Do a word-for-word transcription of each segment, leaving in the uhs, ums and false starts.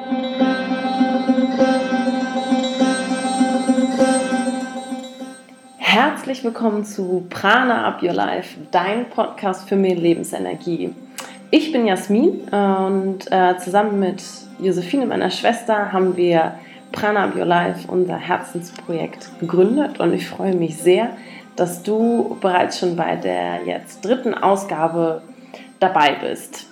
Herzlich willkommen zu Prana Up Your Life, dein Podcast für mehr Lebensenergie. Ich bin Jasmin und äh, zusammen mit Josephine, meiner Schwester, haben wir Prana Up Your Life, unser Herzensprojekt, gegründet und ich freue mich sehr, dass du bereits schon bei der jetzt dritten Ausgabe dabei bist.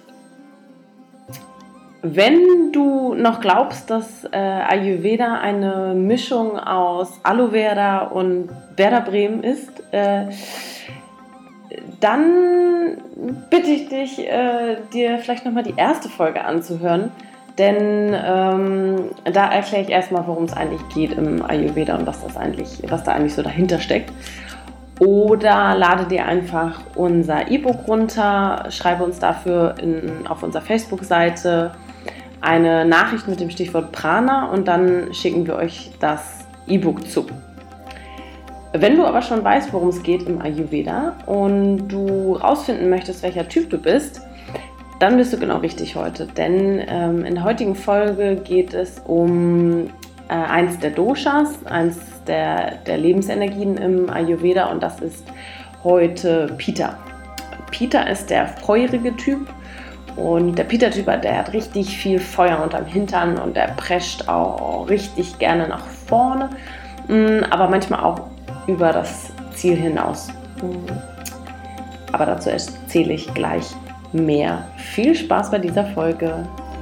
Wenn du noch glaubst, dass äh, Ayurveda eine Mischung aus Aloe Vera und Werder Bremen ist, äh, dann bitte ich dich, äh, dir vielleicht nochmal die erste Folge anzuhören, denn ähm, da erkläre ich erstmal, worum es eigentlich geht im Ayurveda und was, das eigentlich, was da eigentlich so dahinter steckt. Oder lade dir einfach unser E-Book runter, schreibe uns dafür in, auf unserer Facebook-Seite eine Nachricht mit dem Stichwort Prana und dann schicken wir euch das E-Book zu. Wenn du aber schon weißt, worum es geht im Ayurveda und du rausfinden möchtest, welcher Typ du bist, dann bist du genau richtig heute. Denn ähm, in der heutigen Folge geht es um äh, eins der Doshas, eins der, der Lebensenergien im Ayurveda und das ist heute Pitta. Pitta ist der feurige Typ. Und der Pitta-Typ, der hat richtig viel Feuer unterm Hintern und der prescht auch richtig gerne nach vorne, aber manchmal auch über das Ziel hinaus. Aber dazu erzähle ich gleich mehr. Viel Spaß bei dieser Folge.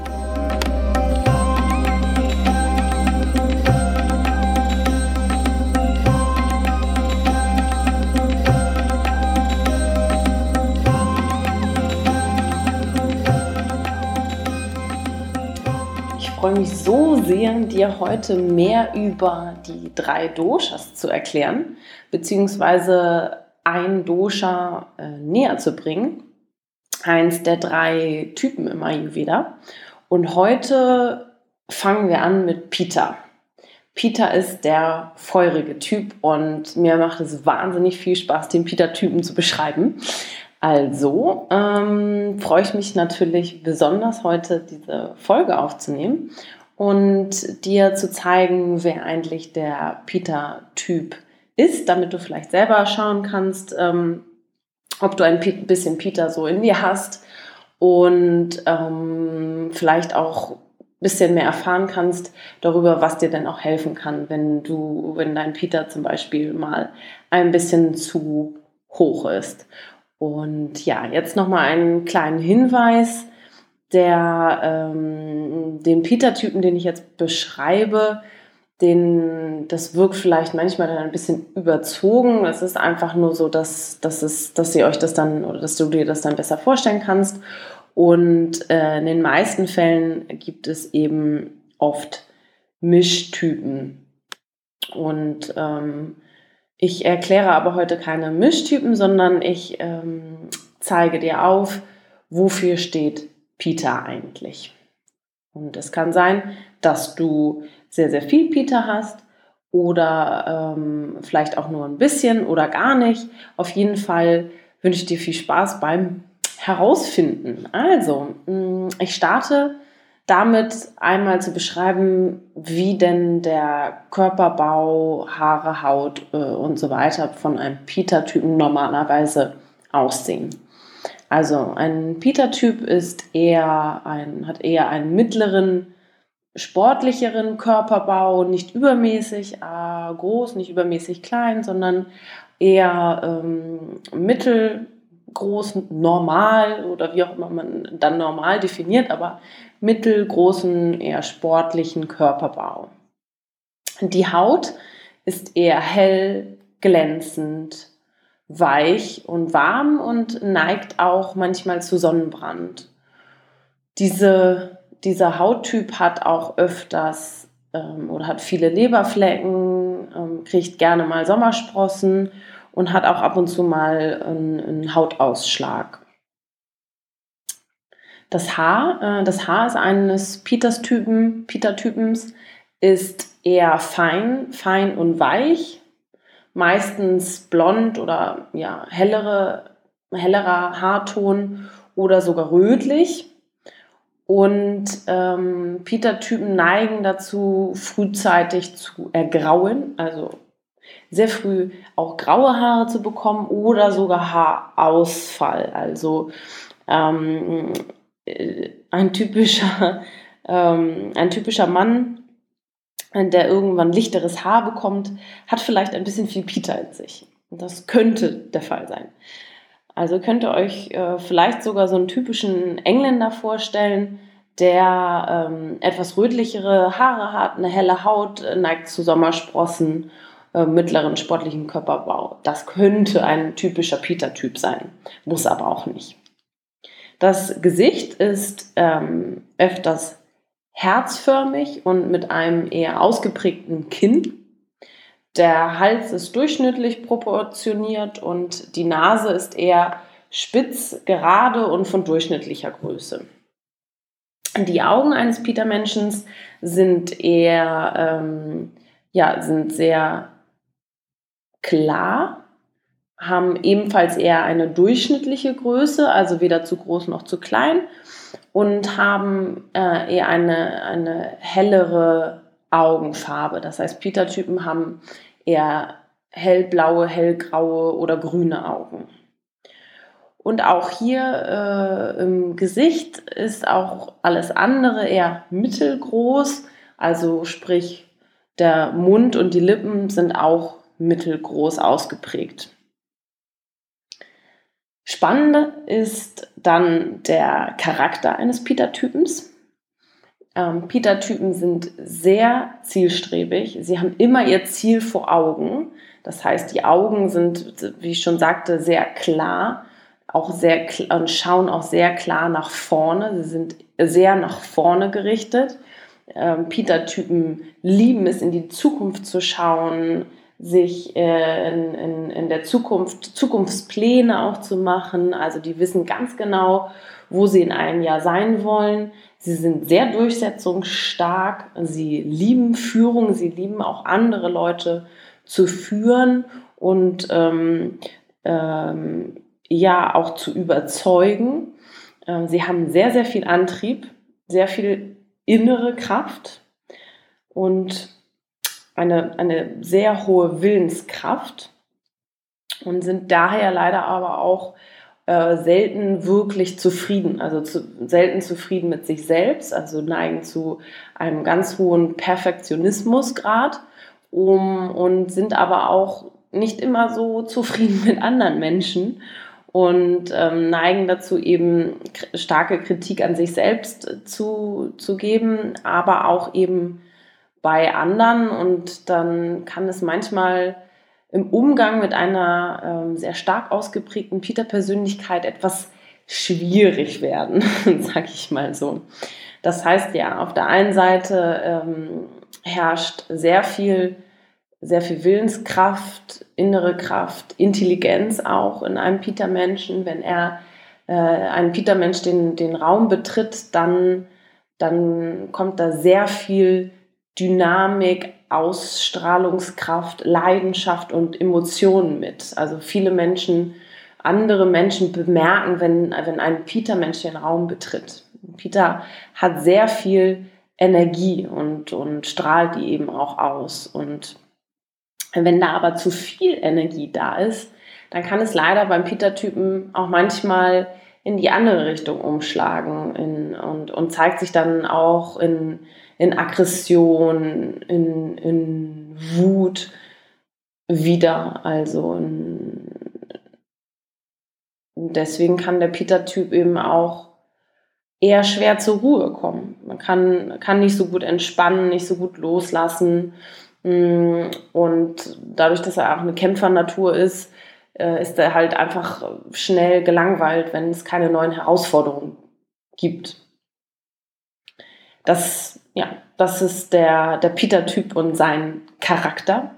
Ich freue mich so sehr, dir heute mehr über die drei Doshas zu erklären, beziehungsweise ein Dosha äh, näher zu bringen, eins der drei Typen im Ayurveda. Und heute fangen wir an mit Pitta. Pitta ist der feurige Typ und mir macht es wahnsinnig viel Spaß, den Pitta-Typen zu beschreiben. Also ähm, freue ich mich natürlich besonders, heute diese Folge aufzunehmen und dir zu zeigen, wer eigentlich der Pitta-Typ ist, damit du vielleicht selber schauen kannst, ähm, ob du ein bisschen Pitta so in dir hast und ähm, vielleicht auch ein bisschen mehr erfahren kannst darüber, was dir denn auch helfen kann, wenn du, wenn dein Pitta zum Beispiel mal ein bisschen zu hoch ist. Und ja, jetzt nochmal einen kleinen Hinweis, der ähm, den Pitta-Typen, den ich jetzt beschreibe, den, das wirkt vielleicht manchmal dann ein bisschen überzogen. Es ist einfach nur so, dass, dass, es, dass ihr euch das dann oder dass du dir das dann besser vorstellen kannst. Und äh, in den meisten Fällen gibt es eben oft Mischtypen. Und ähm, ich erkläre aber heute keine Mischtypen, sondern ich ähm, zeige dir auf, wofür steht Pitta eigentlich. Und es kann sein, dass du sehr, sehr viel Pitta hast oder ähm, vielleicht auch nur ein bisschen oder gar nicht. Auf jeden Fall wünsche ich dir viel Spaß beim Herausfinden. Also, mh, ich starte damit einmal zu beschreiben, wie denn der Körperbau, Haare, Haut äh, und so weiter von einem Pitta-Typen normalerweise aussehen. Also ein Pitta-Typ ist eher ein, hat eher einen mittleren, sportlicheren Körperbau, nicht übermäßig äh, groß, nicht übermäßig klein, sondern eher ähm, mittelgroß, normal oder wie auch immer man dann normal definiert, aber mittelgroßen, eher sportlichen Körperbau. Die Haut ist eher hell, glänzend, weich und warm und neigt auch manchmal zu Sonnenbrand. Diese, dieser Hauttyp hat auch öfters ähm, oder hat viele Leberflecken, ähm, kriegt gerne mal Sommersprossen und hat auch ab und zu mal einen, einen Hautausschlag. Das Haar, äh, das Haar ist eines Pitta-Typen, Pitta-Typens, ist eher fein, fein und weich, meistens blond oder ja, hellere, hellerer Haarton oder sogar rötlich. Und ähm, Peter-Typen neigen dazu, frühzeitig zu ergrauen, also sehr früh auch graue Haare zu bekommen oder sogar Haarausfall. Also ähm, ein typischer, ähm, ein typischer Mann, der irgendwann lichteres Haar bekommt, hat vielleicht ein bisschen viel Peter in sich. Und das könnte der Fall sein. Also könnt ihr euch äh, vielleicht sogar so einen typischen Engländer vorstellen, der ähm, etwas rötlichere Haare hat, eine helle Haut, neigt zu Sommersprossen, äh, mittleren sportlichen Körperbau. Das könnte ein typischer Peter-Typ sein, muss aber auch nicht. Das Gesicht ist ähm, öfters herzförmig und mit einem eher ausgeprägten Kinn. Der Hals ist durchschnittlich proportioniert und die Nase ist eher spitz, gerade und von durchschnittlicher Größe. Die Augen eines Peter-Menschen sind eher, ähm, ja, sind sehr klar, haben ebenfalls eher eine durchschnittliche Größe, also weder zu groß noch zu klein, und haben äh, eher eine, eine hellere Augenfarbe. Das heißt, Peter-Typen haben eher hellblaue, hellgraue oder grüne Augen. Und auch hier äh, im Gesicht ist auch alles andere eher mittelgroß, also sprich der Mund und die Lippen sind auch mittelgroß ausgeprägt. Spannend ist dann der Charakter eines Peter-Typens. Ähm, Peter-Typen sind sehr zielstrebig. Sie haben immer ihr Ziel vor Augen. Das heißt, die Augen sind, wie ich schon sagte, sehr klar, auch sehr und schauen auch sehr klar nach vorne. Sie sind sehr nach vorne gerichtet. Ähm, Peter-Typen lieben es, in die Zukunft zu schauen, sich äh, in, in, in der Zukunft Zukunftspläne auch zu machen. Also die wissen ganz genau, wo sie in einem Jahr sein wollen. Sie sind sehr durchsetzungsstark. Sie lieben Führung. Sie lieben auch andere Leute zu führen und ähm, ähm, ja auch zu überzeugen. Ähm, sie haben sehr, sehr viel Antrieb, sehr viel innere Kraft und eine, eine sehr hohe Willenskraft und sind daher leider aber auch äh, selten wirklich zufrieden, also zu, selten zufrieden mit sich selbst, also neigen zu einem ganz hohen Perfektionismusgrad um, und sind aber auch nicht immer so zufrieden mit anderen Menschen und ähm, neigen dazu eben starke Kritik an sich selbst zu, zu geben, aber auch eben bei anderen, und dann kann es manchmal im Umgang mit einer ähm, sehr stark ausgeprägten Peter-Persönlichkeit etwas schwierig werden, sage ich mal so. Das heißt ja, auf der einen Seite ähm, herrscht sehr viel, sehr viel Willenskraft, innere Kraft, Intelligenz auch in einem Peter-Menschen. Wenn er äh, ein Peter-Mensch den, den Raum betritt, dann, dann kommt da sehr viel Dynamik, Ausstrahlungskraft, Leidenschaft und Emotionen mit. Also viele Menschen, andere Menschen bemerken, wenn, wenn ein Peter-Mensch den Raum betritt. Peter hat sehr viel Energie und, und strahlt die eben auch aus. Und wenn da aber zu viel Energie da ist, dann kann es leider beim Peter-Typen auch manchmal in die andere Richtung umschlagen in, und, und zeigt sich dann auch in, in Aggression, in, in Wut wieder. Also in, deswegen kann der Peter-Typ eben auch eher schwer zur Ruhe kommen. Man kann, kann nicht so gut entspannen, nicht so gut loslassen. Und dadurch, dass er auch eine Kämpfernatur ist, ist er halt einfach schnell gelangweilt, wenn es keine neuen Herausforderungen gibt. Das, ja, das ist der, der Peter-Typ und sein Charakter.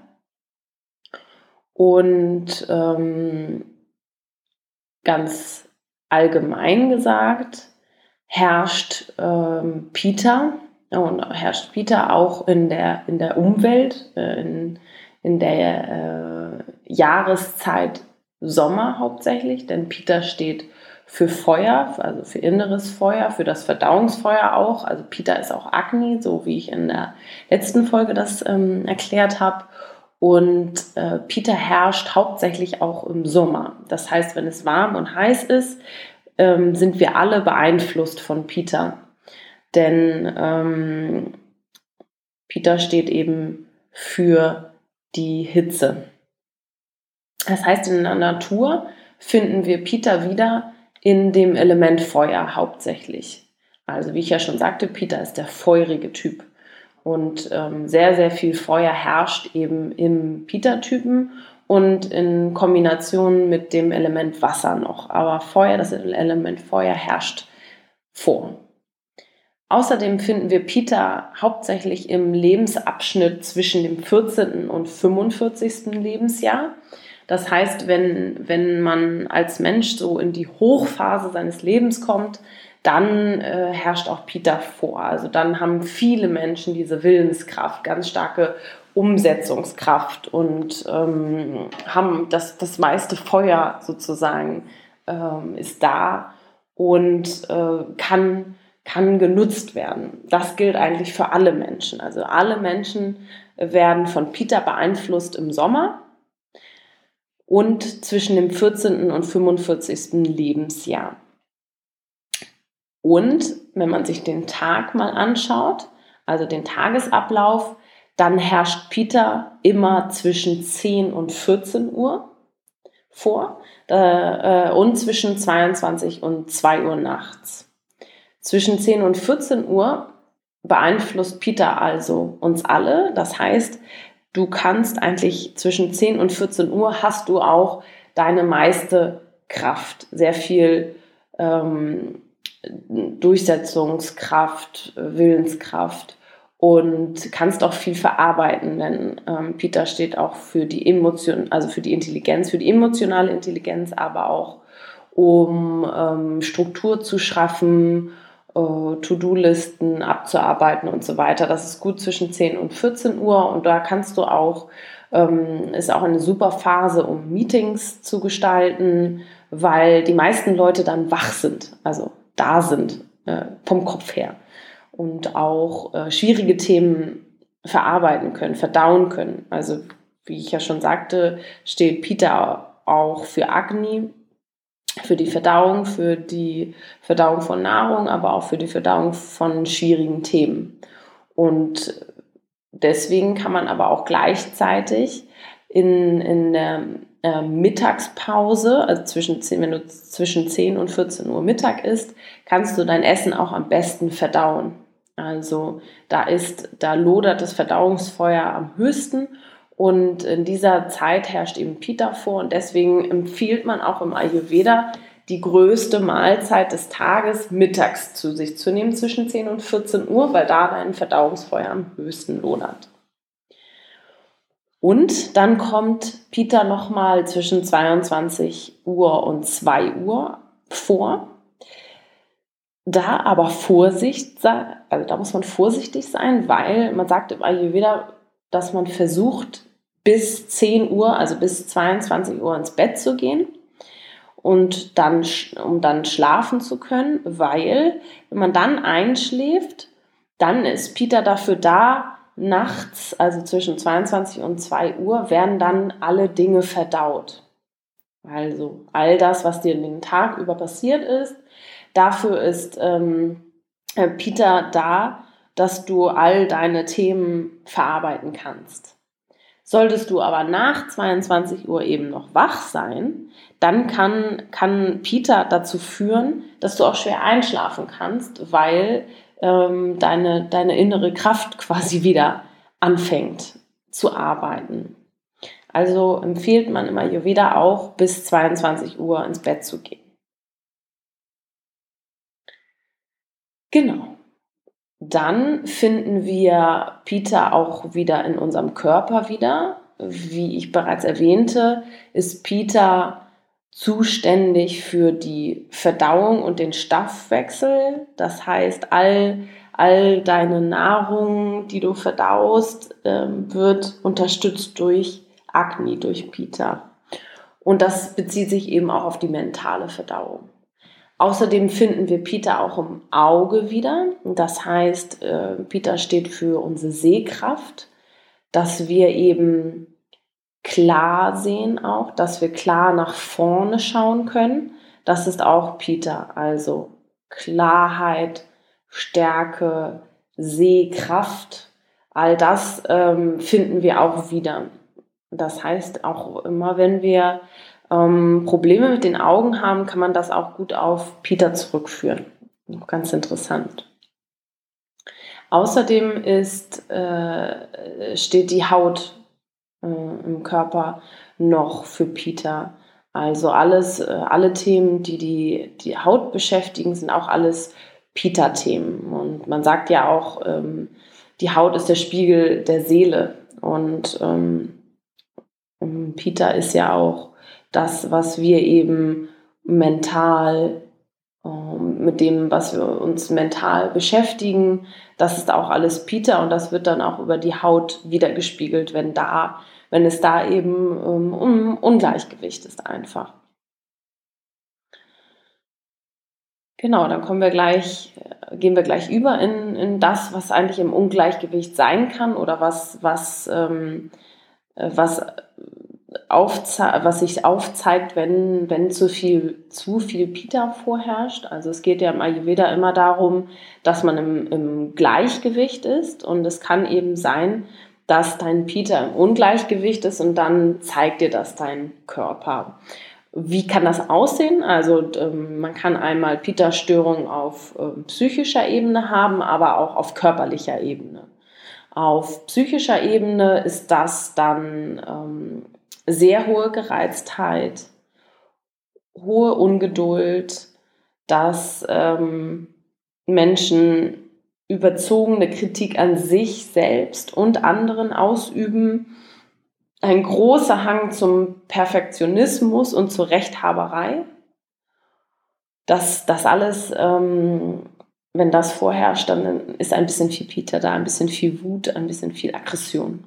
Und ähm, ganz allgemein gesagt herrscht ähm, Peter und herrscht Peter auch in der, in der Umwelt, äh, in, in der äh, Jahreszeit Sommer hauptsächlich, denn Peter steht für Feuer, also für inneres Feuer, für das Verdauungsfeuer auch. Also Pitta ist auch Agni, so wie ich in der letzten Folge das ähm, erklärt habe. Und äh, Pitta herrscht hauptsächlich auch im Sommer. Das heißt, wenn es warm und heiß ist, ähm, sind wir alle beeinflusst von Pitta. Denn ähm, Pitta steht eben für die Hitze. Das heißt, in der Natur finden wir Pitta wieder in dem Element Feuer hauptsächlich. Also wie ich ja schon sagte, Pitta ist der feurige Typ. Und ähm, sehr, sehr viel Feuer herrscht eben im Pitta-Typen und in Kombination mit dem Element Wasser noch. Aber Feuer, das Element Feuer herrscht vor. Außerdem finden wir Pitta hauptsächlich im Lebensabschnitt zwischen dem vierzehnten und fünfundvierzigsten Lebensjahr. Das heißt, wenn, wenn man als Mensch so in die Hochphase seines Lebens kommt, dann äh, herrscht auch Pitta vor. Also dann haben viele Menschen diese Willenskraft, ganz starke Umsetzungskraft und ähm, haben das, das meiste Feuer sozusagen ähm, ist da und äh, kann, kann genutzt werden. Das gilt eigentlich für alle Menschen. Also alle Menschen werden von Pitta beeinflusst im Sommer und zwischen dem vierzehnten und fünfundvierzigsten Lebensjahr. Und wenn man sich den Tag mal anschaut, also den Tagesablauf, dann herrscht Pitta immer zwischen zehn und vierzehn Uhr vor äh, und zwischen zweiundzwanzig und zwei Uhr nachts. Zwischen zehn und vierzehn Uhr beeinflusst Pitta also uns alle. Das heißt, du kannst eigentlich zwischen zehn und vierzehn Uhr hast du auch deine meiste Kraft, sehr viel ähm, Durchsetzungskraft, Willenskraft und kannst auch viel verarbeiten, denn ähm, Pitta steht auch für die Emotion, also für die Intelligenz, für die emotionale Intelligenz, aber auch um ähm, Struktur zu schaffen, äh, To-Do-Listen abzuarbeiten und so weiter. Das ist gut zwischen zehn und vierzehn Uhr und da kannst du auch, ähm, ist auch eine super Phase, um Meetings zu gestalten, weil die meisten Leute dann wach sind, also da sind, äh, vom Kopf her und auch äh, schwierige Themen verarbeiten können, verdauen können. Also wie ich ja schon sagte, steht Pitta auch für Agni, für die Verdauung, für die Verdauung von Nahrung, aber auch für die Verdauung von schwierigen Themen. Und deswegen kann man aber auch gleichzeitig in, in der äh, Mittagspause, also zwischen zehn, wenn du zwischen zehn und vierzehn Uhr Mittag isst, kannst du dein Essen auch am besten verdauen. Also da ist, da lodert das Verdauungsfeuer am höchsten und in dieser Zeit herrscht eben Pitta vor und deswegen empfiehlt man auch im Ayurveda, die größte Mahlzeit des Tages mittags zu sich zu nehmen, zwischen zehn und vierzehn Uhr, weil da dein Verdauungsfeuer am höchsten lodert. Und dann kommt Pitta nochmal zwischen zweiundzwanzig Uhr und zwei Uhr vor. Da aber Vorsicht sein, also da muss man vorsichtig sein, weil man sagt im Ayurveda, dass man versucht, bis zehn Uhr, also bis zweiundzwanzig Uhr ins Bett zu gehen und dann, um dann schlafen zu können, weil wenn man dann einschläft, dann ist Pitta dafür da, nachts, also zwischen zweiundzwanzig und zwei Uhr, werden dann alle Dinge verdaut. Also all das, was dir den Tag über passiert ist, dafür ist ähm, Pitta da, dass du all deine Themen verarbeiten kannst. Solltest du aber nach zweiundzwanzig Uhr eben noch wach sein, dann kann, kann Pitta dazu führen, dass du auch schwer einschlafen kannst, weil ähm, deine, deine innere Kraft quasi wieder anfängt zu arbeiten. Also empfiehlt man im Ayurveda auch, bis zweiundzwanzig Uhr ins Bett zu gehen. Genau. Dann finden wir Pitta auch wieder in unserem Körper wieder. Wie ich bereits erwähnte, ist Pitta zuständig für die Verdauung und den Stoffwechsel. Das heißt, all, all deine Nahrung, die du verdaust, wird unterstützt durch Agni, durch Pitta. Und das bezieht sich eben auch auf die mentale Verdauung. Außerdem finden wir Pitta auch im Auge wieder. Das heißt, äh, Pitta steht für unsere Sehkraft, dass wir eben klar sehen auch, dass wir klar nach vorne schauen können. Das ist auch Pitta, also Klarheit, Stärke, Sehkraft, all das ähm, finden wir auch wieder. Das heißt, auch immer wenn wir ähm, Probleme mit den Augen haben, kann man das auch gut auf Pitta zurückführen. Ganz interessant. Außerdem ist, äh, steht die Haut äh, im Körper noch für Pitta. Also alles, äh, alle Themen, die, die die Haut beschäftigen, sind auch alles Pitta-Themen. Und man sagt ja auch, ähm, die Haut ist der Spiegel der Seele. Und ähm, Pitta ist ja auch das, was wir eben mental, ähm, mit dem, was wir uns mental beschäftigen. Das ist auch alles Pitta und das wird dann auch über die Haut wiedergespiegelt, wenn da, wenn es da eben ähm, um Ungleichgewicht ist einfach. Genau, dann kommen wir gleich, gehen wir gleich über in, in das, was eigentlich im Ungleichgewicht sein kann oder was, was, ähm, was, aufze- was sich aufzeigt, wenn, wenn zu viel, zu viel Pitta vorherrscht. Also es geht ja im Ayurveda immer darum, dass man im, im Gleichgewicht ist und es kann eben sein, dass dein Pitta im Ungleichgewicht ist und dann zeigt dir das dein Körper. Wie kann das aussehen? Also ähm, man kann einmal Pitta-Störungen auf ähm, psychischer Ebene haben, aber auch auf körperlicher Ebene. Auf psychischer Ebene ist das dann ähm, sehr hohe Gereiztheit, hohe Ungeduld, dass ähm, Menschen überzogene Kritik an sich selbst und anderen ausüben, ein großer Hang zum Perfektionismus und zur Rechthaberei. Das, das alles, ähm, wenn das vorherrscht, dann ist ein bisschen viel Pitta da, ein bisschen viel Wut, ein bisschen viel Aggression.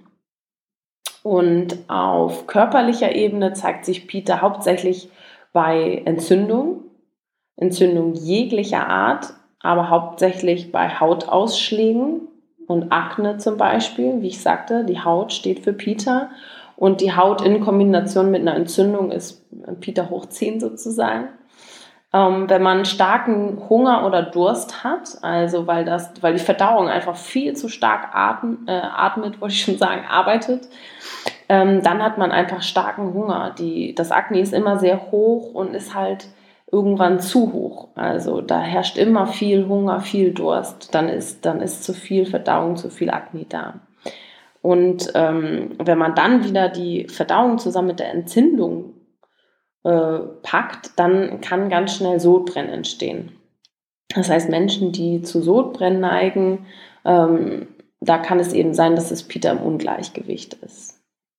Und auf körperlicher Ebene zeigt sich Pitta hauptsächlich bei Entzündung, Entzündung jeglicher Art, aber hauptsächlich bei Hautausschlägen und Akne zum Beispiel. Wie ich sagte, die Haut steht für Pitta. Und die Haut in Kombination mit einer Entzündung ist Pitta hoch zehn sozusagen. Ähm, wenn man starken Hunger oder Durst hat, also weil, das, weil die Verdauung einfach viel zu stark atm, äh, atmet, wollte ich schon sagen, arbeitet, ähm, dann hat man einfach starken Hunger. Die, das Akne ist immer sehr hoch und ist halt irgendwann zu hoch. Also da herrscht immer viel Hunger, viel Durst. Dann ist, dann ist zu viel Verdauung, zu viel Akne da. Und ähm, wenn man dann wieder die Verdauung zusammen mit der Entzündung äh, packt, dann kann ganz schnell Sodbrennen entstehen. Das heißt, Menschen, die zu Sodbrennen neigen, ähm, da kann es eben sein, dass das Pitta im Ungleichgewicht ist.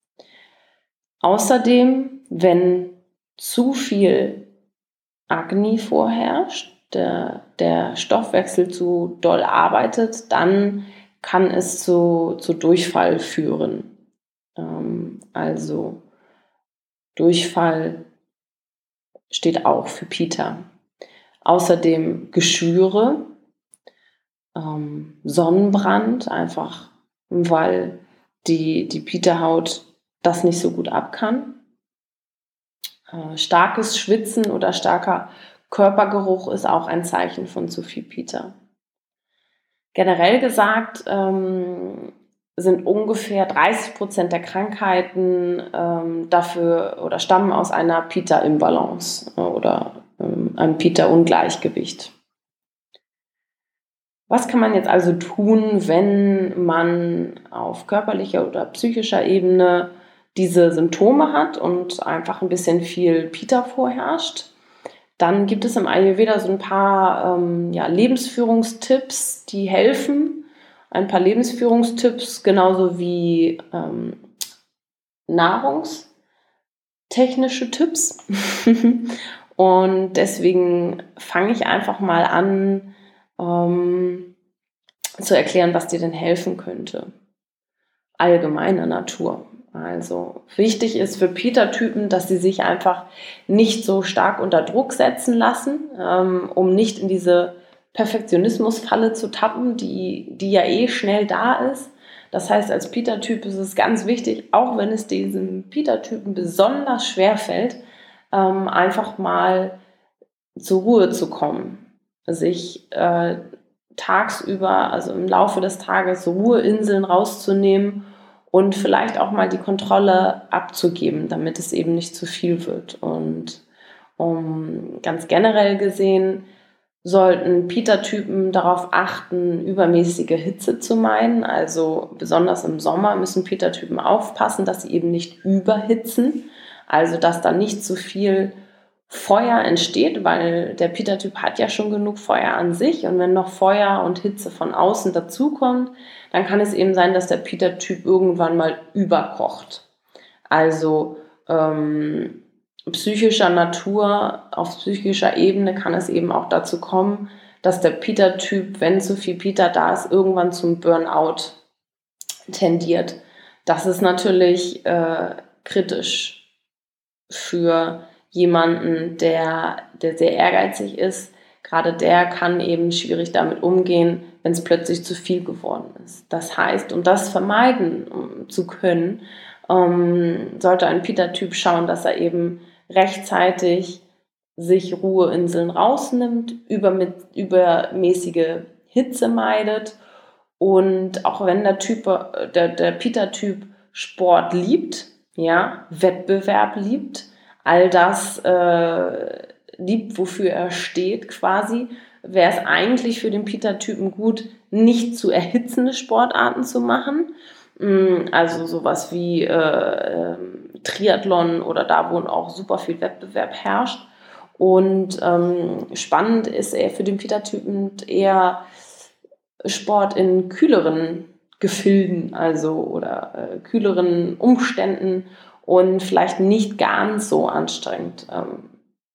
Außerdem, wenn zu viel Agni vorherrscht, der, der Stoffwechsel zu doll arbeitet, dann kann es zu, zu Durchfall führen. Ähm, also Durchfall steht auch für Pitta. Außerdem Geschwüre, ähm, Sonnenbrand, einfach weil die, die Pitta-Haut das nicht so gut ab kann. Äh, starkes Schwitzen oder starker Körpergeruch ist auch ein Zeichen von zu viel Pitta. Generell gesagt ähm, sind ungefähr dreißig Prozent der Krankheiten ähm, dafür oder stammen aus einer Pitta-Imbalance äh, oder ähm, einem Pitta-Ungleichgewicht. Was kann man jetzt also tun, wenn man auf körperlicher oder psychischer Ebene diese Symptome hat und einfach ein bisschen viel Pitta vorherrscht? Dann gibt es im Ayurveda so ein paar ähm, ja, Lebensführungstipps, die helfen. Ein paar Lebensführungstipps, genauso wie ähm, nahrungstechnische Tipps. Und deswegen fange ich einfach mal an, ähm, zu erklären, was dir denn helfen könnte. Allgemeiner Natur. Also wichtig ist für Pitta-Typen, dass sie sich einfach nicht so stark unter Druck setzen lassen, ähm, um nicht in diese Perfektionismusfalle zu tappen, die, die ja eh schnell da ist. Das heißt, als Pitta-Typ ist es ganz wichtig, auch wenn es diesem Pitta-Typen besonders schwer fällt, ähm, einfach mal zur Ruhe zu kommen, sich äh, tagsüber, also im Laufe des Tages, Ruheinseln rauszunehmen und vielleicht auch mal die Kontrolle abzugeben, damit es eben nicht zu viel wird. Und um, ganz generell gesehen sollten Pitta-Typen darauf achten, übermäßige Hitze zu meiden. Also besonders im Sommer müssen Pitta-Typen aufpassen, dass sie eben nicht überhitzen. Also dass da nicht zu viel Feuer entsteht, weil der Pitta-Typ hat ja schon genug Feuer an sich. Und wenn noch Feuer und Hitze von außen dazukommt, dann kann es eben sein, dass der Pitta-Typ irgendwann mal überkocht. Also ähm, psychischer Natur, auf psychischer Ebene kann es eben auch dazu kommen, dass der Pitta-Typ, wenn zu viel Pitta da ist, irgendwann zum Burnout tendiert. Das ist natürlich äh, kritisch für jemanden, der, der sehr ehrgeizig ist. Gerade der kann eben schwierig damit umgehen, wenn es plötzlich zu viel geworden ist. Das heißt, um das vermeiden um zu können, ähm, sollte ein Pitta-Typ schauen, dass er eben rechtzeitig sich Ruheinseln rausnimmt, über, übermäßige Hitze meidet und auch wenn der Typ, der, der Pitta-Typ Sport liebt, ja, Wettbewerb liebt, all das äh, liebt, wofür er steht quasi, wäre es eigentlich für den Pitta-Typen gut, nicht zu erhitzende Sportarten zu machen. Also sowas wie äh, Triathlon oder da, wo auch super viel Wettbewerb herrscht. Und ähm, spannend ist eher für den Pitta-Typen eher Sport in kühleren Gefilden, also oder äh, kühleren Umständen und vielleicht nicht ganz so anstrengend. Ähm,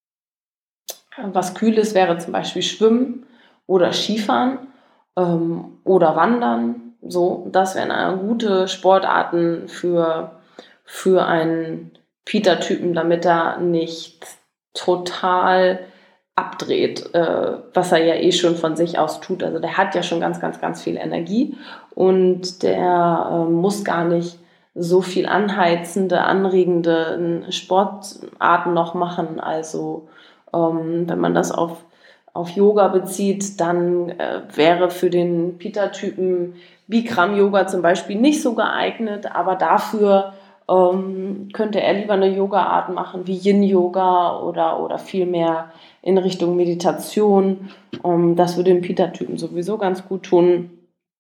was Kühles wäre zum Beispiel Schwimmen oder Skifahren ähm, oder Wandern. So, das wären gute Sportarten für, für einen Pitta-Typen, damit er nicht total abdreht, äh, was er ja eh schon von sich aus tut. Also der hat ja schon ganz, ganz, ganz viel Energie und der äh, muss gar nicht so viel anheizende, anregende Sportarten noch machen. Also ähm, wenn man das auf, auf Yoga bezieht, dann äh, wäre für den Pitta-Typen Bikram-Yoga zum Beispiel nicht so geeignet, aber dafür ähm, könnte er lieber eine Yoga-Art machen wie Yin-Yoga oder, oder viel mehr in Richtung Meditation. Ähm, das würde dem Pitta-Typen sowieso ganz gut tun,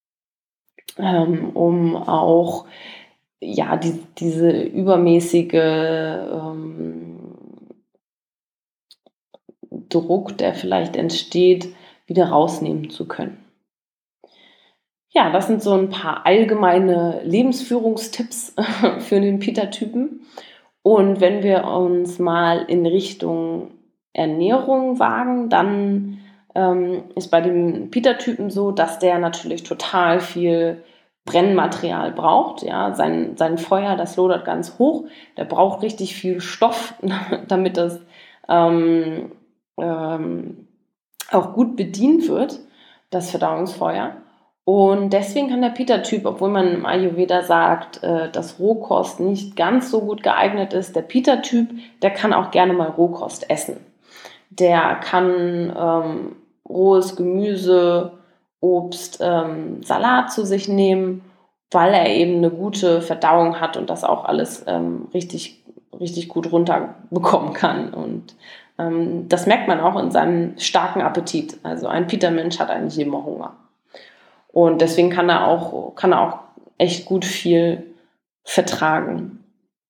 ähm, um auch ja, die, diese übermäßige ähm, Druck, der vielleicht entsteht, wieder rausnehmen zu können. Ja, das sind so ein paar allgemeine Lebensführungstipps für den Pitta-Typen. Und wenn wir uns mal in Richtung Ernährung wagen, dann ähm, ist bei dem Pitta-Typen so, dass der natürlich total viel Brennmaterial braucht. Ja, sein, sein Feuer, das lodert ganz hoch. Der braucht richtig viel Stoff, damit das ähm, ähm, auch gut bedient wird, das Verdauungsfeuer. Und deswegen kann der Pitta-Typ, obwohl man im Ayurveda sagt, äh, dass Rohkost nicht ganz so gut geeignet ist, der Pitta-Typ, der kann auch gerne mal Rohkost essen. Der kann ähm, rohes Gemüse, Obst, ähm, Salat zu sich nehmen, weil er eben eine gute Verdauung hat und das auch alles ähm, richtig, richtig gut runterbekommen kann. Und ähm, das merkt man auch in seinem starken Appetit. Also ein Pitta-Mensch hat eigentlich immer Hunger. Und deswegen kann er auch, kann er auch echt gut viel vertragen.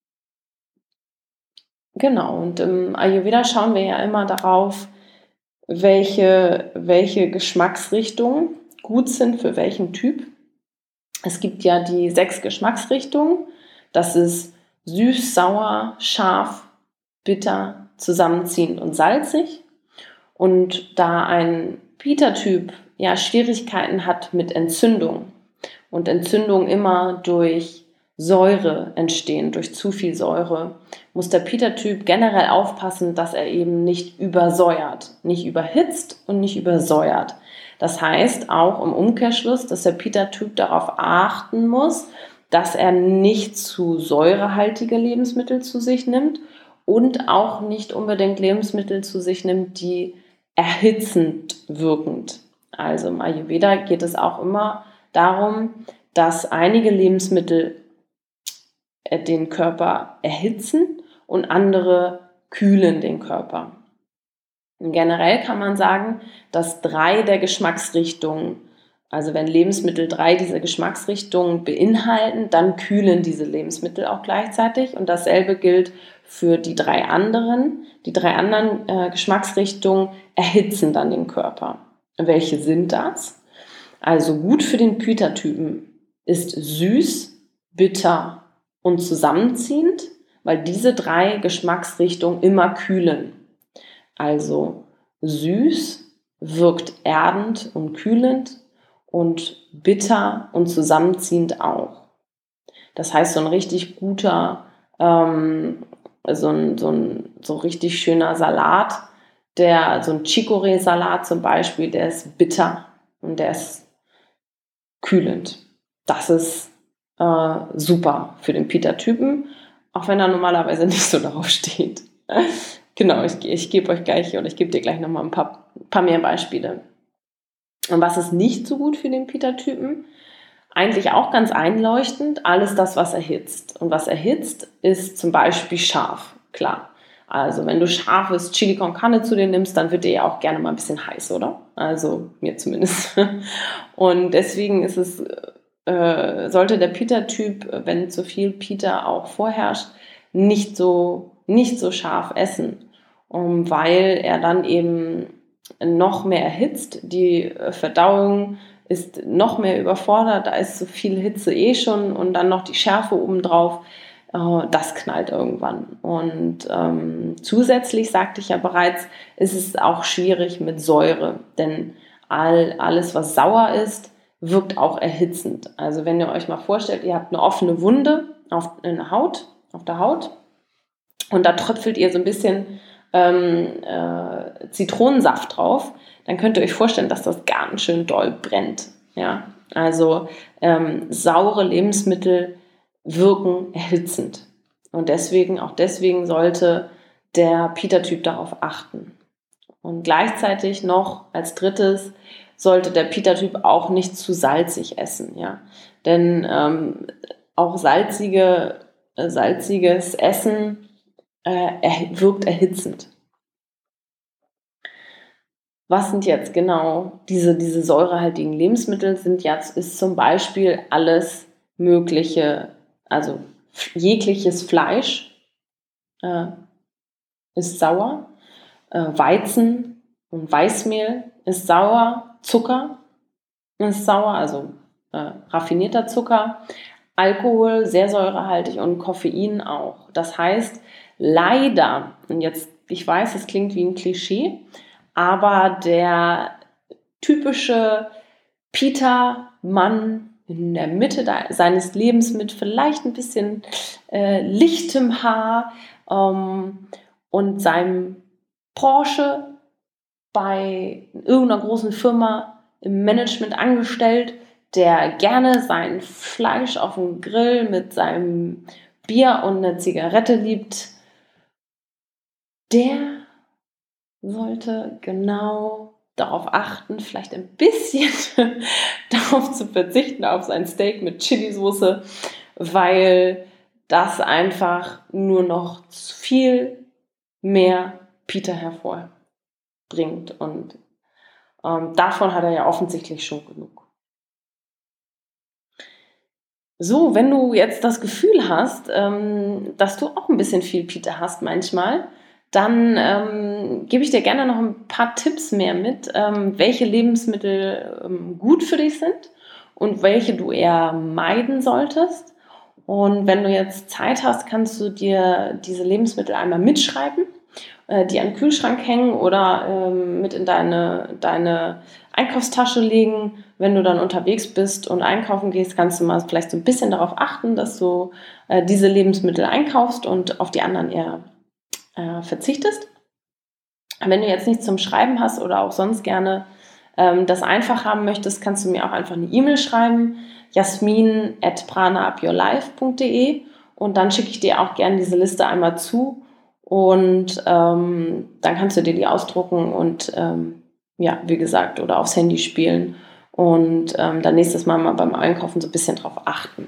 Genau, und im Ayurveda schauen wir ja immer darauf, welche, welche Geschmacksrichtungen gut sind für welchen Typ. Es gibt ja die sechs Geschmacksrichtungen. Das ist süß, sauer, scharf, bitter, zusammenziehend und salzig. Und da ein Pitta-Typ ja Schwierigkeiten hat mit Entzündung und Entzündung immer durch Säure entstehen durch zu viel Säure, muss der Pitta-Typ generell aufpassen, dass er eben nicht übersäuert, nicht überhitzt und nicht übersäuert. Das heißt auch im Umkehrschluss, dass der Pitta-Typ darauf achten muss, dass er nicht zu säurehaltige Lebensmittel zu sich nimmt und auch nicht unbedingt Lebensmittel zu sich nimmt, die erhitzend wirkend. Also im Ayurveda geht es auch immer darum, dass einige Lebensmittel den Körper erhitzen und andere kühlen den Körper. Und generell kann man sagen, dass drei der Geschmacksrichtungen, also wenn Lebensmittel drei dieser Geschmacksrichtungen beinhalten, dann kühlen diese Lebensmittel auch gleichzeitig. Und dasselbe gilt für die drei anderen. Die drei anderen äh, Geschmacksrichtungen erhitzen dann den Körper. Welche sind das? Also gut für den Pitta-Typen ist süß, bitter und zusammenziehend, weil diese drei Geschmacksrichtungen immer kühlen. Also süß wirkt erdend und kühlend und bitter und zusammenziehend auch. Das heißt, so ein richtig guter, ähm, so, ein, so ein so richtig schöner Salat, der, so ein Chicorée-Salat zum Beispiel, der ist bitter und der ist kühlend. Das ist äh, super für den Pitta-Typen, auch wenn er normalerweise nicht so darauf steht. Genau, ich, ich gebe euch gleich oder ich gebe dir gleich nochmal ein paar, paar mehr Beispiele. Und was ist nicht so gut für den Pitta-Typen? Eigentlich auch ganz einleuchtend, alles das, was erhitzt. Und was erhitzt, ist zum Beispiel scharf, klar. Also wenn du scharfes Chili con Carne zu dir nimmst, dann wird dir ja auch gerne mal ein bisschen heiß, oder? Also mir zumindest. Und deswegen ist es, äh, sollte der Pitta-Typ, wenn zu viel Pitta auch vorherrscht, nicht so, nicht so scharf essen, um, weil er dann eben noch mehr erhitzt. Die Verdauung ist noch mehr überfordert, da ist so viel Hitze eh schon und dann noch die Schärfe obendrauf. Das knallt irgendwann. Und ähm, zusätzlich, sagte ich ja bereits, ist es auch schwierig mit Säure, denn all, alles, was sauer ist, wirkt auch erhitzend. Also wenn ihr euch mal vorstellt, ihr habt eine offene Wunde auf, in der Haut, auf der Haut und da tröpfelt ihr so ein bisschen ähm, äh, Zitronensaft drauf, dann könnt ihr euch vorstellen, dass das ganz schön doll brennt. Ja? Also ähm, saure Lebensmittel wirken erhitzend. Und deswegen, auch deswegen sollte der Pitta-Typ darauf achten. Und gleichzeitig noch als drittes sollte der Pitta-Typ auch nicht zu salzig essen. Ja? Denn ähm, auch salzige, äh, salziges Essen äh, er, wirkt erhitzend. Was sind jetzt genau diese, diese säurehaltigen Lebensmittel? Sind jetzt, ist zum Beispiel alles mögliche, also jegliches Fleisch äh, ist sauer, äh, Weizen und Weißmehl ist sauer, Zucker ist sauer, also äh, raffinierter Zucker, Alkohol sehr säurehaltig und Koffein auch. Das heißt, leider, und jetzt, ich weiß, es klingt wie ein Klischee, aber der typische Pitta-Mann in der Mitte seines Lebens mit vielleicht ein bisschen äh, lichtem Haar ähm, und seinem Porsche bei irgendeiner großen Firma im Management angestellt, der gerne sein Fleisch auf dem Grill mit seinem Bier und einer Zigarette liebt, der sollte genau darauf achten, vielleicht ein bisschen darauf zu verzichten, auf sein Steak mit Chili-Soße, weil das einfach nur noch viel mehr Pitta hervorbringt. Und ähm, davon hat er ja offensichtlich schon genug. So, wenn du jetzt das Gefühl hast, ähm, dass du auch ein bisschen viel Pitta hast manchmal, dann ähm, gebe ich dir gerne noch ein paar Tipps mehr mit, ähm, welche Lebensmittel ähm, gut für dich sind und welche du eher meiden solltest. Und wenn du jetzt Zeit hast, kannst du dir diese Lebensmittel einmal mitschreiben äh, die an den Kühlschrank hängen oder ähm, mit in deine, deine Einkaufstasche legen. Wenn du dann unterwegs bist und einkaufen gehst, kannst du mal vielleicht so ein bisschen darauf achten, dass du äh, diese Lebensmittel einkaufst und auf die anderen eher äh, verzichtest. Wenn du jetzt nichts zum Schreiben hast oder auch sonst gerne ähm, das einfach haben möchtest, kannst du mir auch einfach eine E-Mail schreiben, jasmin at prana up your life punkt de, und dann schicke ich dir auch gerne diese Liste einmal zu und ähm, dann kannst du dir die ausdrucken und ähm, ja, wie gesagt, oder aufs Handy spielen und ähm, dann nächstes Mal mal beim Einkaufen so ein bisschen drauf achten.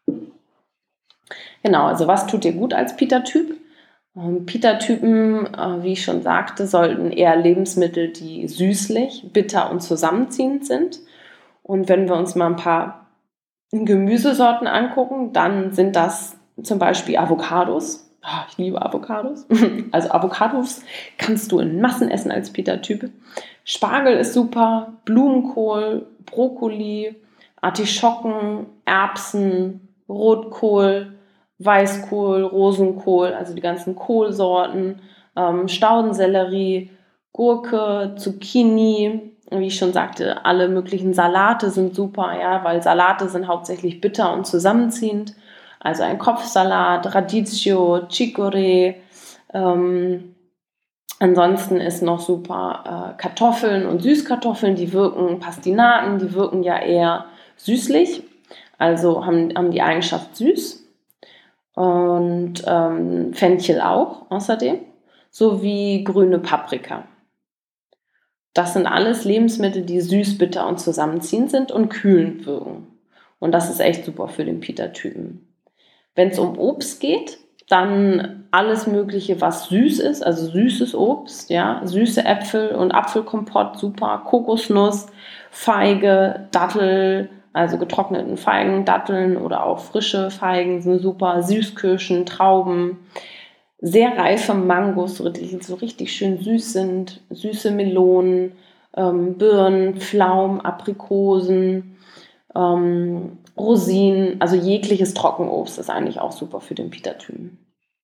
Genau, also was tut dir gut als Pita-Typ? Ähm, Pita-Typen, äh, wie ich schon sagte, sollten eher Lebensmittel, die süßlich, bitter und zusammenziehend sind. Und wenn wir uns mal ein paar Gemüsesorten angucken, dann sind das zum Beispiel Avocados. Oh, ich liebe Avocados. Also Avocados kannst du in Massen essen als Pita-Typ. Spargel ist super, Blumenkohl, Brokkoli, Artischocken, Erbsen, Rotkohl, Weißkohl, Rosenkohl, also die ganzen Kohlsorten, ähm, Staudensellerie, Gurke, Zucchini, wie ich schon sagte, alle möglichen Salate sind super, ja, weil Salate sind hauptsächlich bitter und zusammenziehend. Also ein Kopfsalat, Radicchio, Chicorée. Ähm, ansonsten ist noch super äh, Kartoffeln und Süßkartoffeln, die wirken, Pastinaken, die wirken ja eher süßlich, also haben, haben die Eigenschaft süß. Und ähm, Fenchel auch außerdem, sowie grüne Paprika. Das sind alles Lebensmittel, die süß, bitter und zusammenziehend sind und kühlend wirken. Und das ist echt super für den Pita-Typen. Wenn es um Obst geht, dann alles Mögliche, was süß ist, also süßes Obst, ja, süße Äpfel und Apfelkompott, super, Kokosnuss, Feige, Dattel, also getrockneten Feigen, Datteln oder auch frische Feigen sind super, Süßkirschen, Trauben, sehr reife Mangos, so richtig, so richtig schön süß sind, süße Melonen, ähm, Birnen, Pflaumen, Aprikosen, ähm, Rosinen, also jegliches Trockenobst ist eigentlich auch super für den Pita-Typen.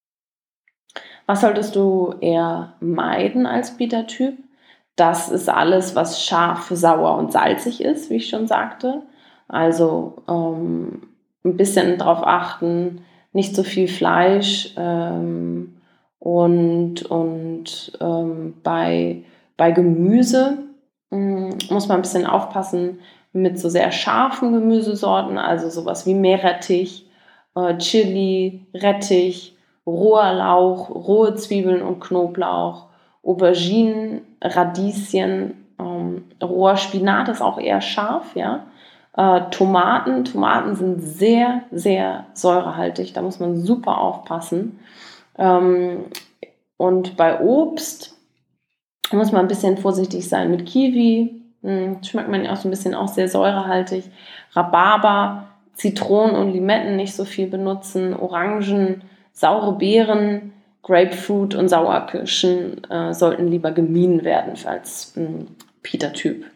Was solltest du eher meiden als Pita-Typ? Das ist alles, was scharf, sauer und salzig ist, wie ich schon sagte. Also ähm, ein bisschen darauf achten, nicht so viel Fleisch ähm, und, und ähm, bei, bei Gemüse ähm, muss man ein bisschen aufpassen mit so sehr scharfen Gemüsesorten, also sowas wie Meerrettich, äh, Chili, Rettich, roher Lauch, rohe Zwiebeln und Knoblauch, Auberginen, Radieschen, ähm, roher Spinat ist auch eher scharf, ja. Äh, Tomaten, Tomaten sind sehr, sehr säurehaltig, da muss man super aufpassen. Ähm, und bei Obst muss man ein bisschen vorsichtig sein mit Kiwi, hm, schmeckt man ja auch so ein bisschen auch sehr säurehaltig. Rhabarber, Zitronen und Limetten nicht so viel benutzen, Orangen, saure Beeren, Grapefruit und Sauerkirschen äh, sollten lieber gemieden werden als hm, Pita-Typ.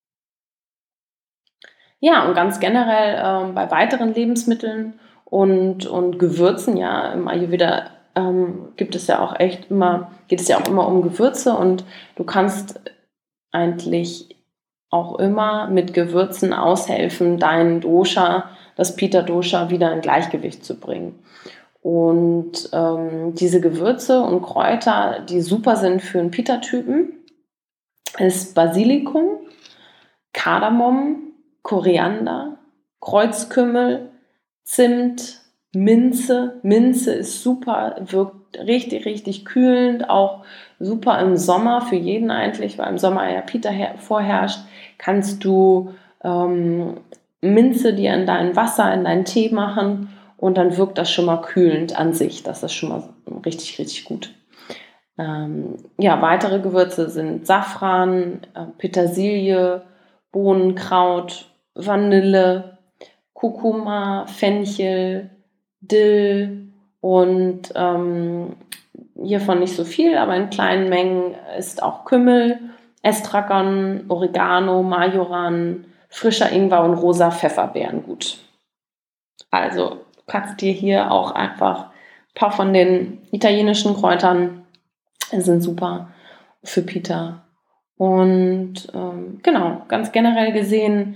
Ja, und ganz generell ähm, bei weiteren Lebensmitteln und, und Gewürzen, ja, im Ayurveda ähm, gibt es ja auch echt immer, geht es ja auch immer um Gewürze, und du kannst eigentlich auch immer mit Gewürzen aushelfen, dein Dosha, das Pitta-Dosha, wieder in Gleichgewicht zu bringen. Und ähm, diese Gewürze und Kräuter, die super sind für einen Pitta-Typen, ist Basilikum, Kardamom, Koriander, Kreuzkümmel, Zimt, Minze. Minze ist super, wirkt richtig, richtig kühlend, auch super im Sommer, für jeden eigentlich, weil im Sommer ja Pitta vorherrscht, kannst du ähm, Minze dir in dein Wasser, in deinen Tee machen, und dann wirkt das schon mal kühlend an sich. Das ist schon mal richtig, richtig gut. Ähm, ja, weitere Gewürze sind Safran, äh, Petersilie, Bohnenkraut, Vanille, Kurkuma, Fenchel, Dill und ähm, hiervon nicht so viel, aber in kleinen Mengen ist auch Kümmel, Estragon, Oregano, Majoran, frischer Ingwer und rosa Pfefferbeeren gut. Also du kannst dir hier auch einfach ein paar von den italienischen Kräutern sind super für Pitta. Und ähm, genau, ganz generell gesehen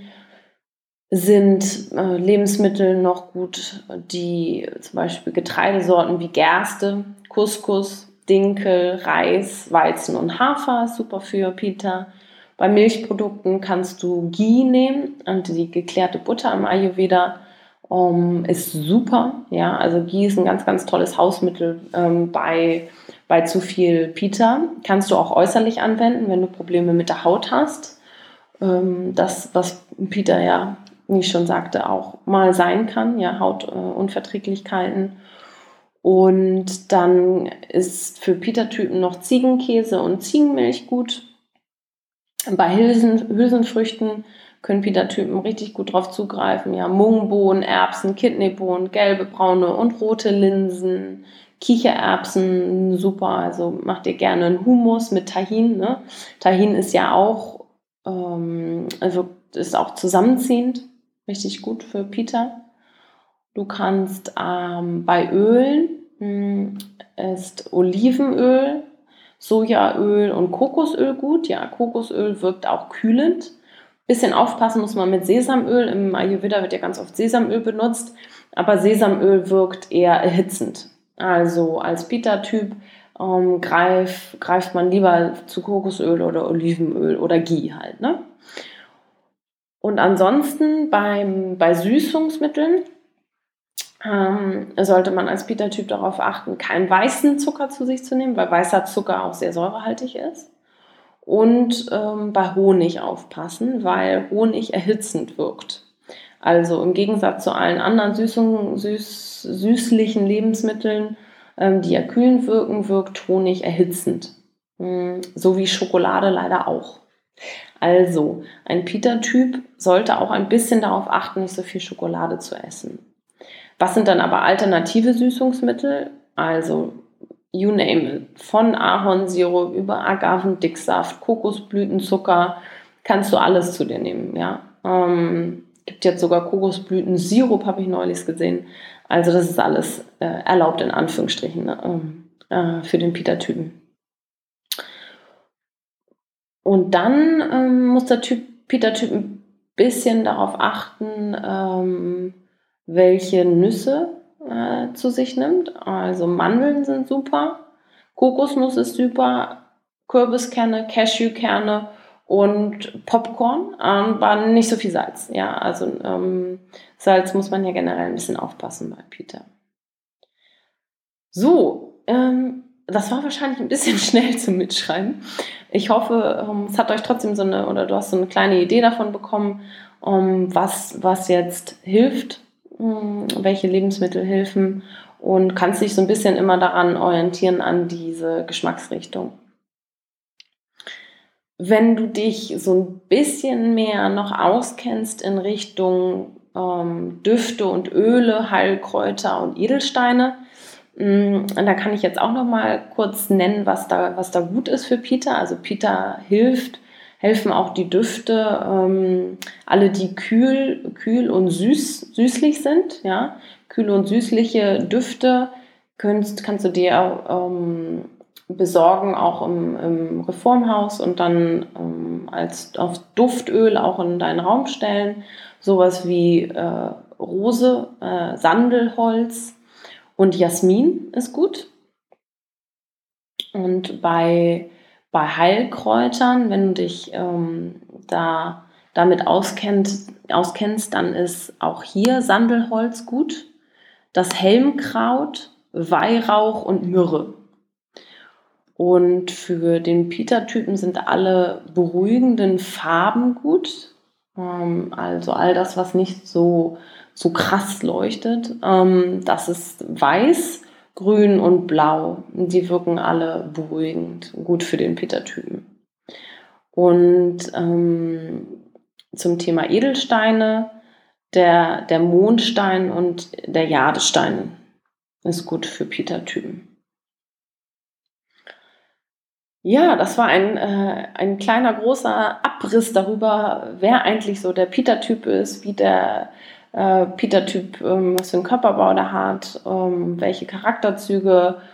sind äh, Lebensmittel noch gut, die zum Beispiel Getreidesorten wie Gerste, Couscous, Dinkel, Reis, Weizen und Hafer, super für Pitta. Bei Milchprodukten kannst du Ghee nehmen, und die geklärte Butter im Ayurveda um, ist super. Ja, also Ghee ist ein ganz, ganz tolles Hausmittel ähm, bei, bei zu viel Pitta. Kannst du auch äußerlich anwenden, wenn du Probleme mit der Haut hast. Ähm, das, was Pitta ja, wie ich schon sagte, auch mal sein kann, ja, Hautunverträglichkeiten. Und dann ist für Pitta-Typen noch Ziegenkäse und Ziegenmilch gut. Bei Hülsen, Hülsenfrüchten können Pitta-Typen richtig gut drauf zugreifen. Ja, Mungbohnen, Erbsen, Kidneybohnen, gelbe, braune und rote Linsen, Kichererbsen, super. Also macht ihr gerne einen Hummus mit Tahin. Ne? Tahin ist ja auch, ähm, also ist auch zusammenziehend, richtig gut für Pitta. Du kannst ähm, bei Ölen mh, ist Olivenöl, Sojaöl und Kokosöl gut. Ja, Kokosöl wirkt auch kühlend. Bisschen aufpassen muss man mit Sesamöl. Im Ayurveda wird ja ganz oft Sesamöl benutzt, aber Sesamöl wirkt eher erhitzend. Also als Pitta-Typ ähm, greif, greift man lieber zu Kokosöl oder Olivenöl oder Ghee halt. Ne? Und ansonsten beim, bei Süßungsmitteln ähm, sollte man als Pitta-Typ darauf achten, keinen weißen Zucker zu sich zu nehmen, weil weißer Zucker auch sehr säurehaltig ist. Und ähm, bei Honig aufpassen, weil Honig erhitzend wirkt. Also im Gegensatz zu allen anderen Süßung, süß, süßlichen Lebensmitteln, ähm, die ja kühlend wirken, wirkt Honig erhitzend. Mhm, so wie Schokolade leider auch. Also ein Pitta-Typ sollte auch ein bisschen darauf achten, nicht so viel Schokolade zu essen. Was sind dann aber alternative Süßungsmittel? Also, you name it. Von Ahornsirup über Agavendicksaft, Kokosblütenzucker, kannst du alles zu dir nehmen. Ja? Ähm, gibt jetzt sogar Kokosblütensirup, habe ich neulich gesehen. Also das ist alles äh, erlaubt in Anführungsstrichen, ne? ähm, äh, für den Pitta-Typen. Und dann ähm, muss der Typ, Pitta-Typ ein bisschen darauf achten, ähm, welche Nüsse äh, zu sich nimmt. Also Mandeln sind super, Kokosnuss ist super, Kürbiskerne, Cashewkerne und Popcorn, aber nicht so viel Salz. Ja, also ähm, Salz muss man ja generell ein bisschen aufpassen bei Pitta. So, ähm, das war wahrscheinlich ein bisschen schnell zum Mitschreiben. Ich hoffe, ähm, es hat euch trotzdem so eine, oder du hast so eine kleine Idee davon bekommen, um, was, was jetzt hilft, um, welche Lebensmittel helfen, und kannst dich so ein bisschen immer daran orientieren, an diese Geschmacksrichtung. Wenn du dich so ein bisschen mehr noch auskennst in Richtung ähm, Düfte und Öle, Heilkräuter und Edelsteine, da kann ich jetzt auch noch mal kurz nennen, was da, was da gut ist für Pitta. Also Pitta hilft, helfen auch die Düfte, ähm, alle die kühl, kühl und süß, süßlich sind. Ja? Kühle und süßliche Düfte kannst, kannst du dir ähm, besorgen, auch im, im Reformhaus, und dann ähm, als auf Duftöl auch in deinen Raum stellen. Sowas wie äh, Rose, äh, Sandelholz, und Jasmin ist gut. Und bei, bei Heilkräutern, wenn du dich ähm, da, damit auskennst, auskennst, dann ist auch hier Sandelholz gut, das Helmkraut, Weihrauch und Myrrhe. Und für den Pitta-Typen sind alle beruhigenden Farben gut. Ähm, also all das, was nicht so so krass leuchtet. Ähm, das ist weiß, grün und blau. Die wirken alle beruhigend, gut für den Pitta-Typen. Und ähm, zum Thema Edelsteine, der, der Mondstein und der Jadestein ist gut für Pitta-Typen. Ja, das war ein, äh, ein kleiner, großer Abriss darüber, wer eigentlich so der Pitta-Typ ist, wie der äh, Pitta-Typ, ähm, was für einen Körperbau der hat, ähm, welche Charakterzüge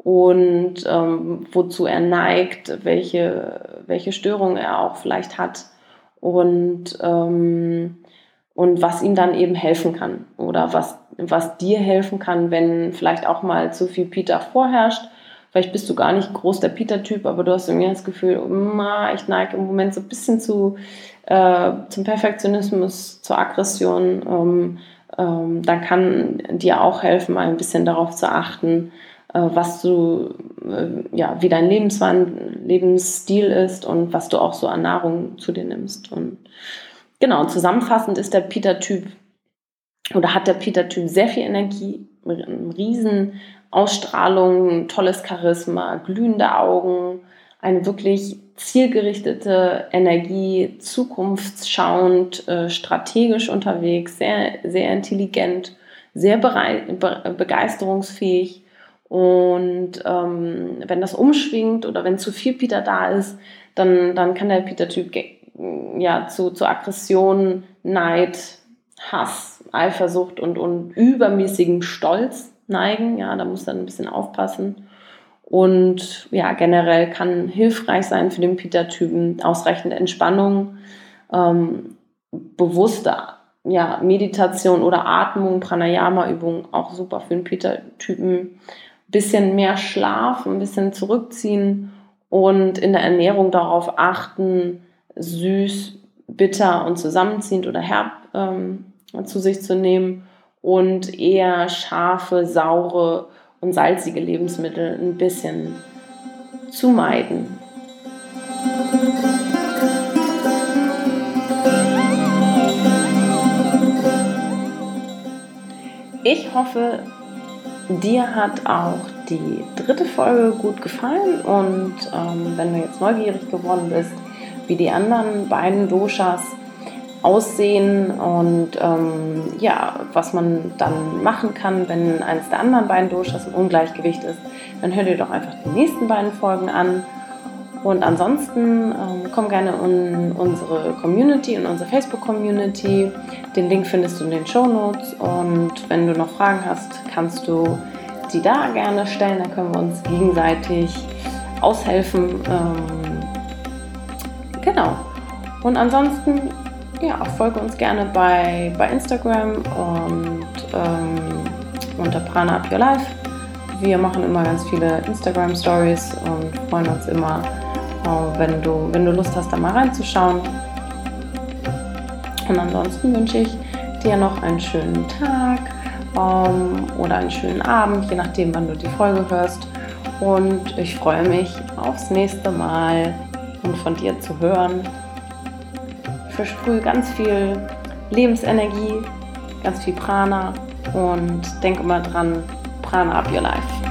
und ähm, wozu er neigt, welche, welche Störungen er auch vielleicht hat und, ähm, und was ihm dann eben helfen kann oder was, was dir helfen kann, wenn vielleicht auch mal zu viel Pitta vorherrscht. Vielleicht bist du gar nicht groß der Pitta-Typ, aber du hast irgendwie das Gefühl, ich neige im Moment so ein bisschen zu, äh, zum Perfektionismus, zur Aggression. Ähm, ähm, dann kann dir auch helfen, mal ein bisschen darauf zu achten, äh, was du, äh, ja, wie dein Lebenswandel, Lebensstil ist und was du auch so an Nahrung zu dir nimmst. Und genau, zusammenfassend ist der Pitta-Typ oder hat der Pitta-Typ sehr viel Energie, eine riesen Ausstrahlung, tolles Charisma, glühende Augen, eine wirklich zielgerichtete Energie, zukunftsschauend, äh, strategisch unterwegs, sehr, sehr intelligent, sehr bereit, be- begeisterungsfähig. Und ähm, wenn das umschwingt oder wenn zu viel Pitta da ist, dann, dann kann der Pitta-Typ ja, zu, zu Aggression, Neid, Hass, Eifersucht und, und übermäßigem Stolz neigen. Ja, da muss dann ein bisschen aufpassen. Und ja, generell kann hilfreich sein für den Pitta-Typen ausreichend Entspannung, ähm, bewusste ja, Meditation oder Atmung, Pranayama-Übung, auch super für den Pitta-Typen. Bisschen mehr Schlaf, ein bisschen zurückziehen und in der Ernährung darauf achten, süß, bitter und zusammenziehend oder herb ähm, zu sich zu nehmen und eher scharfe, saure und salzige Lebensmittel ein bisschen zu meiden. Ich hoffe, dir hat auch die dritte Folge gut gefallen und ähm, wenn du jetzt neugierig geworden bist, wie die anderen beiden Doshas aussehen und ähm, ja, was man dann machen kann, wenn eines der anderen beiden Doshas im Ungleichgewicht ist, dann hör dir doch einfach die nächsten beiden Folgen an. Und ansonsten ähm, komm gerne in unsere Community, in unsere Facebook-Community. Den Link findest du in den Shownotes. Und wenn du noch Fragen hast, kannst du die da gerne stellen. Dann können wir uns gegenseitig aushelfen. Ähm, genau. Und ansonsten, ja, folge uns gerne bei, bei Instagram und ähm, unter Prana Up Your Life. Wir machen immer ganz viele Instagram-Stories und freuen uns immer, wenn du, wenn du Lust hast, da mal reinzuschauen. Und ansonsten wünsche ich dir noch einen schönen Tag ähm, oder einen schönen Abend, je nachdem, wann du die Folge hörst. Und ich freue mich aufs nächste Mal und von dir zu hören. Ich versprühe ganz viel Lebensenergie, ganz viel Prana und denke immer dran, Prana Up Your Life.